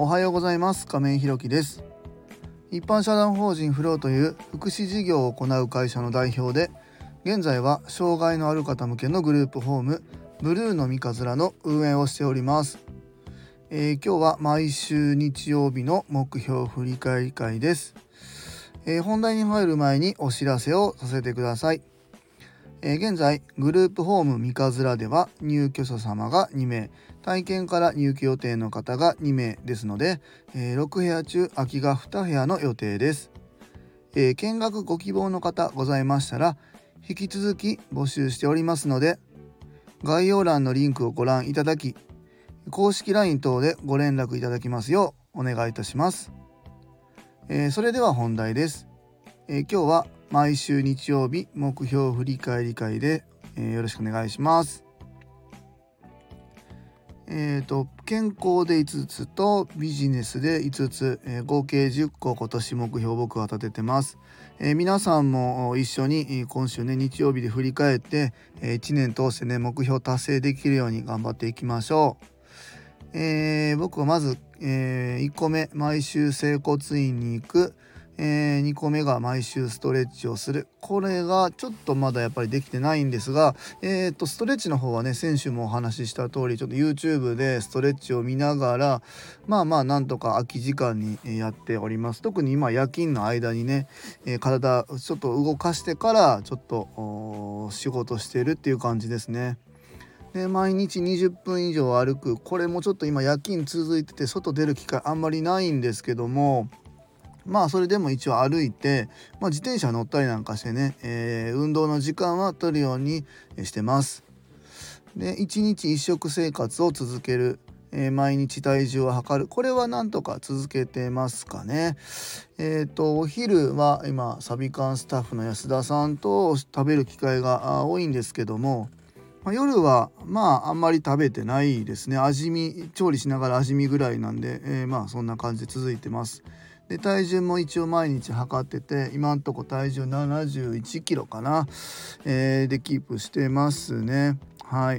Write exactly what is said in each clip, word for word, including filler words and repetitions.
おはようございます。亀井ひろきです。一般社団法人フローという福祉事業を行う会社の代表で、現在は障害のある方向けのグループホームブルーの三日面の運営をしております。えー、今日は毎週日曜日の目標振り返り会です。えー、本題に入る前にお知らせをさせてください。えー、現在グループホーム三日面では入居者様がにめい、体験から入居予定の方がにめいですので、えー、ろくへや中空きがにへやの予定です。えー、見学ご希望の方ございましたら引き続き募集しておりますので、概要欄のリンクをご覧いただき、公式 ライン 等でご連絡いただきますようお願いいたします。えー、それでは本題です。えー、今日は毎週日曜日目標振り返り会で、えー、よろしくお願いします。えーと、健康でいつつとビジネスでいつつ、えー、合計じゅっこ今年目標を僕は立ててます。えー、皆さんも一緒に今週ね日曜日で振り返って、えー、いちねん通してね目標達成できるように頑張っていきましょう。えー、僕はまず、えー、いっこめ毎週整骨院に行く、えー、にこめが毎週ストレッチをする。これがちょっとまだやっぱりできてないんですが、えー、とストレッチの方はね先週もお話しした通りちょっと YouTube でストレッチを見ながらまあまあなんとか空き時間にやっております。特に今夜勤の間にね、えー、体ちょっと動かしてからちょっと仕事してるっていう感じですね。で毎日にじゅっぷん以上歩く。これもちょっと今夜勤続いてて外出る機会あんまりないんですけども、まあそれでも一応歩いて、まあ、自転車乗ったりなんかしてね、えー、運動の時間は取るようにしてます。でいちにちいっ食生活を続ける、えー、毎日体重を測る。これはなんとか続けてますかね。えーとお昼は今サビ館スタッフの安田さんと食べる機会が多いんですけども、まあ、夜はまああんまり食べてないですね。味見調理しながら味見ぐらいなんで、えー、まあそんな感じで続いてます。で体重も一応毎日測ってて、今んとこ体重ななじゅういちキロかな、えー、でキープしてますね。はい。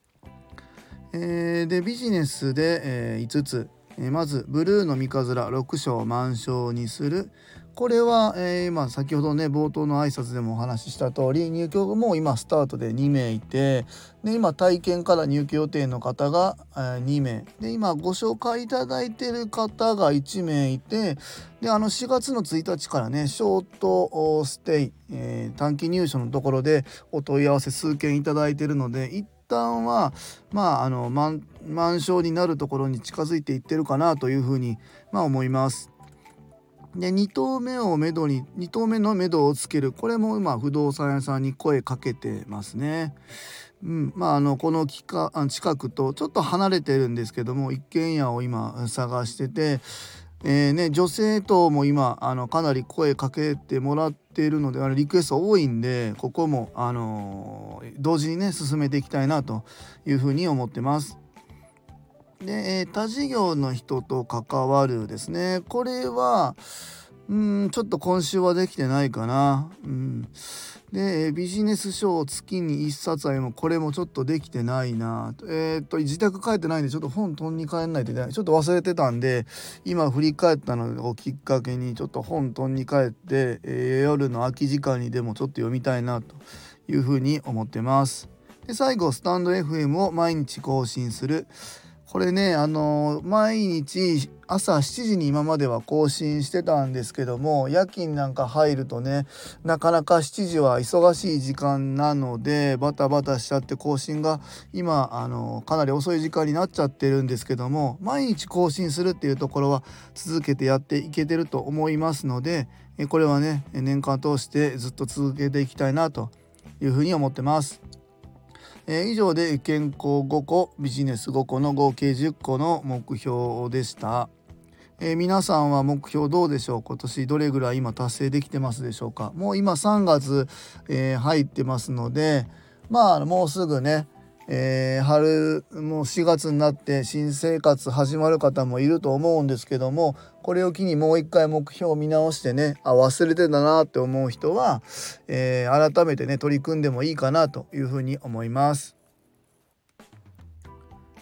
えー、でビジネスで、えー、いつつ、えー、まずブルーの三日面ろく章満章にする。これは、えーまあ、先ほどね冒頭の挨拶でもお話しした通り、入居も今スタートでにめいいて、で今体験から入居予定の方が、えー、にめいで、今ご紹介いただいている方がいちめいいて、であのしがつのついたちからねショートステイ、えー、短期入所のところでお問い合わせ数件いただいているので、一旦はまああの満満床になるところに近づいていってるかなというふうに、まあ、思います。でに棟目をめどにに棟目のめどをつける。これも今不動産屋さんに声かけてますね。うん、まああのこのきか近くとちょっと離れてるんですけども、一軒家を今探してて、えーね、女性とも今あのかなり声かけてもらっているので、あのリクエスト多いんで、ここも、あのー同時にね進めていきたいなというふうに思ってます。で、えー他事業の人と関わるですね。これはうんちょっと今週はできてないかな。うんで、えービジネス書を月にいっさつあいもこれもちょっとできてないな。えーっと自宅帰ってないんでちょっと本取りに帰んないといけない。ちょっと忘れてたんで、今振り返ったのをきっかけにちょっと本取りに帰って、えー夜の空き時間にでもちょっと読みたいなというふうに思ってます。で最後スタンド エフエム を毎日更新する。これね、あの毎日朝しちじに今までは更新してたんですけども、夜勤なんか入るとねなかなかしちじは忙しい時間なのでバタバタしちゃって更新が今あのかなり遅い時間になっちゃってるんですけども、毎日更新するっていうところは続けてやっていけてると思いますので、これはね年間通してずっと続けていきたいなというふうに思ってます。えー、以上で健康ごこビジネスごこの合計じゅっこの目標でした。えー、皆さんは目標どうでしょう。今年どれぐらい今達成できてますでしょうか。もう今さんがつ、えー入ってますので、まあもうすぐね、えー春もうしがつになって新生活始まる方もいると思うんですけども、これを機にもう一回目標を見直してね、あ忘れてたなって思う人は、えー改めてね取り組んでもいいかなというふうに思います。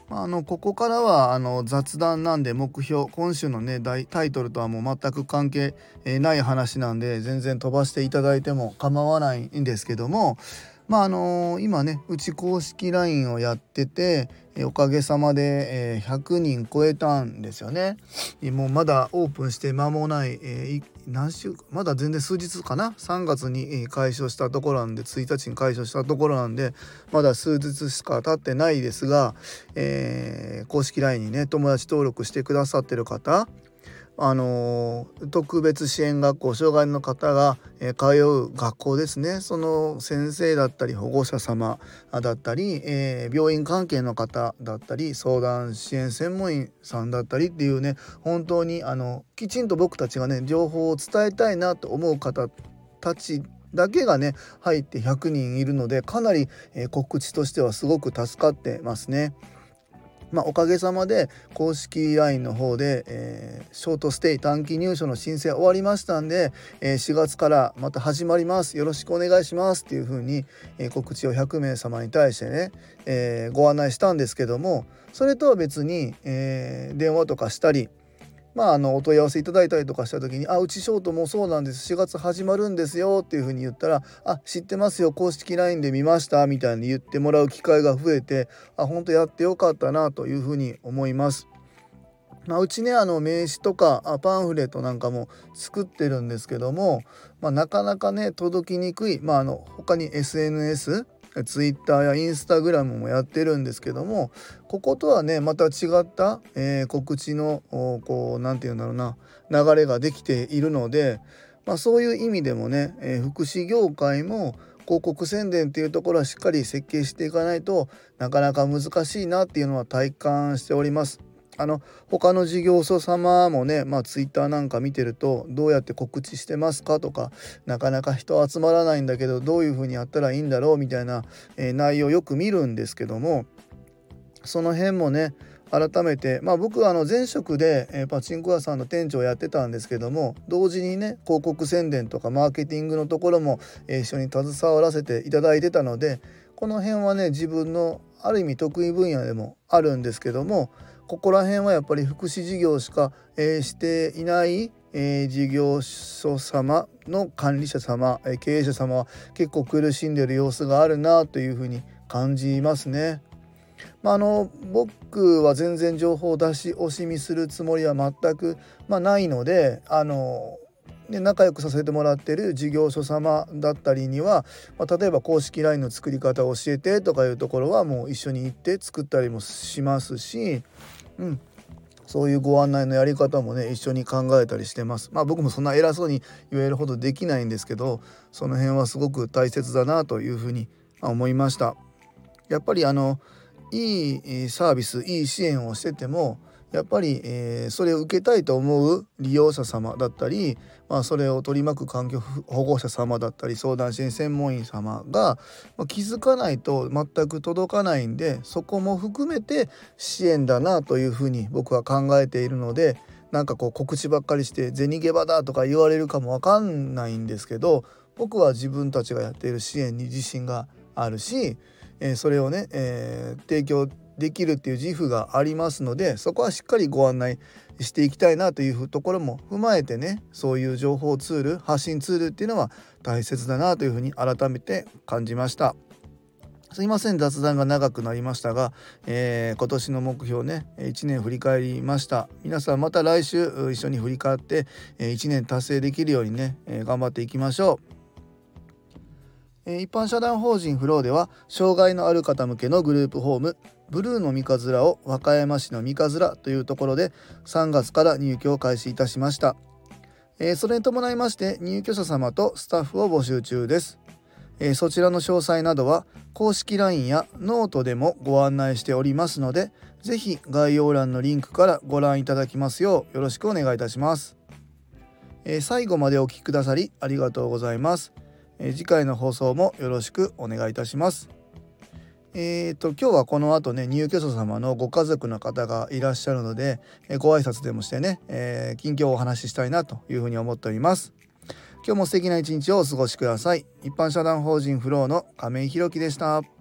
まあ、あのここからはあの雑談なんで、目標今週のね大タイトルとはもう全く関係えーない話なんで、全然飛ばしていただいても構わないんですけども、まああの今ねうち公式 ライン をやってて、えーおかげさまで、えーひゃくにん超えたんですよね。えーもうまだオープンして間もない、えーい何週まだ全然数日かな、さんがつにえー開所したところなんで、ついたちに開所したところなんで、まだ数日しか経ってないですが、えー公式 ライン にね友達登録してくださってる方、あの特別支援学校、障害の方が、えー通う学校ですね、その先生だったり保護者様だったり、えー病院関係の方だったり、相談支援専門員さんだったりっていうね、本当にあのきちんと僕たちがね情報を伝えたいなと思う方たちだけがね入ってひゃくにんいるので、かなり、えー告知としてはすごく助かってますね。まあ、おかげさまで公式 ライン の方で、えーショートステイ短期入所の申請終わりましたんで、えーしがつからまた始まります、よろしくお願いしますっていう風に、えー告知をひゃくめい様に対してね、えーご案内したんですけども、それとは別に、えー電話とかしたり、まあ、あのお問い合わせいただいたりとかした時に「あ、うちショートもそうなんです、しがつ始まるんですよ」っていう風に言ったら「あ、知ってますよ、公式 ライン で見ました」みたいに言ってもらう機会が増えて、あ、本当やってよかったなという風に思います。まあ、うちねあの名刺とかあパンフレットなんかも作ってるんですけども、まあ、なかなかね届きにくい、まあ、あの他に エスエヌエス、ツイッターやインスタグラムもやってるんですけども、こことはねまた違った、えー告知のおこうなんていうんだろうな、流れができているので、まあ、そういう意味でもね、えー福祉業界も広告宣伝っていうところはしっかり設計していかないとなかなか難しいなっていうのは体感しております。あの他の事業所様もね、まあ、ツイッターなんか見てるとどうやって告知してますかとか、なかなか人集まらないんだけどどういうふうにやったらいいんだろうみたいな、えー内容よく見るんですけども、その辺もね改めて、まあ、僕はあの前職で、えーパチンコ屋さんの店長をやってたんですけども、同時にね広告宣伝とかマーケティングのところも、えー一緒に携わらせていただいてたので、この辺はね自分のある意味得意分野でもあるんですけども、ここら辺はやっぱり福祉事業しか、えーしていない、えー事業所様の管理者様、えー経営者様は結構苦しんでいる様子があるなというふうに感じますね。まあ、あの僕は全然情報を出し惜しみするつもりは全く、まあ、ないので、あので仲良くさせてもらってる事業所様だったりには、まあ、例えば公式 ライン の作り方を教えてとかいうところはもう一緒に行って作ったりもしますし、うん、そういうご案内のやり方もね一緒に考えたりしてます。まあ僕もそんな偉そうに言えるほどできないんですけど、その辺はすごく大切だなというふうに思いました。やっぱりあのいいえーサービス、いい支援をしててもやっぱり、えーそれを受けたいと思う利用者様だったり、まあ、それを取り巻く環境保護者様だったり相談支援専門員様が、まあ、気づかないと全く届かないんで、そこも含めて支援だなというふうに僕は考えているので、なんかこう告知ばっかりして銭ゲバだとか言われるかもわかんないんですけど、僕は自分たちがやっている支援に自信があるし、えーそれをね、えー提供できるっていう自負がありますので、そこはしっかりご案内していきたいなというところも踏まえてね、そういう情報ツール、発信ツールっていうのは大切だなというふうに改めて感じました。すいません雑談が長くなりましたが、えー今年の目標ねいちねん振り返りました。皆さんまた来週一緒に振り返ってえーいちねん達成できるようにね、えー頑張っていきましょう。えー一般社団法人フローでは障害のある方向けのグループホームブルーの三日面を和歌山市の三日面というところでさんがつから入居を開始いたしました。えーそれに伴いまして入居者様とスタッフを募集中です。えーそちらの詳細などは公式 ライン やノートでもご案内しておりますので、ぜひ概要欄のリンクからご覧いただきますようよろしくお願いいたします。えー最後までお聞きくださりありがとうございます。えー次回の放送もよろしくお願いいたします。えーと今日はこの後ね入居者様のご家族の方がいらっしゃるので、えーご挨拶でもしてね、えー近況をお話ししたいなというふうに思っております。今日も素敵な一日をお過ごしください。一般社団法人フローの亀井宏樹でした。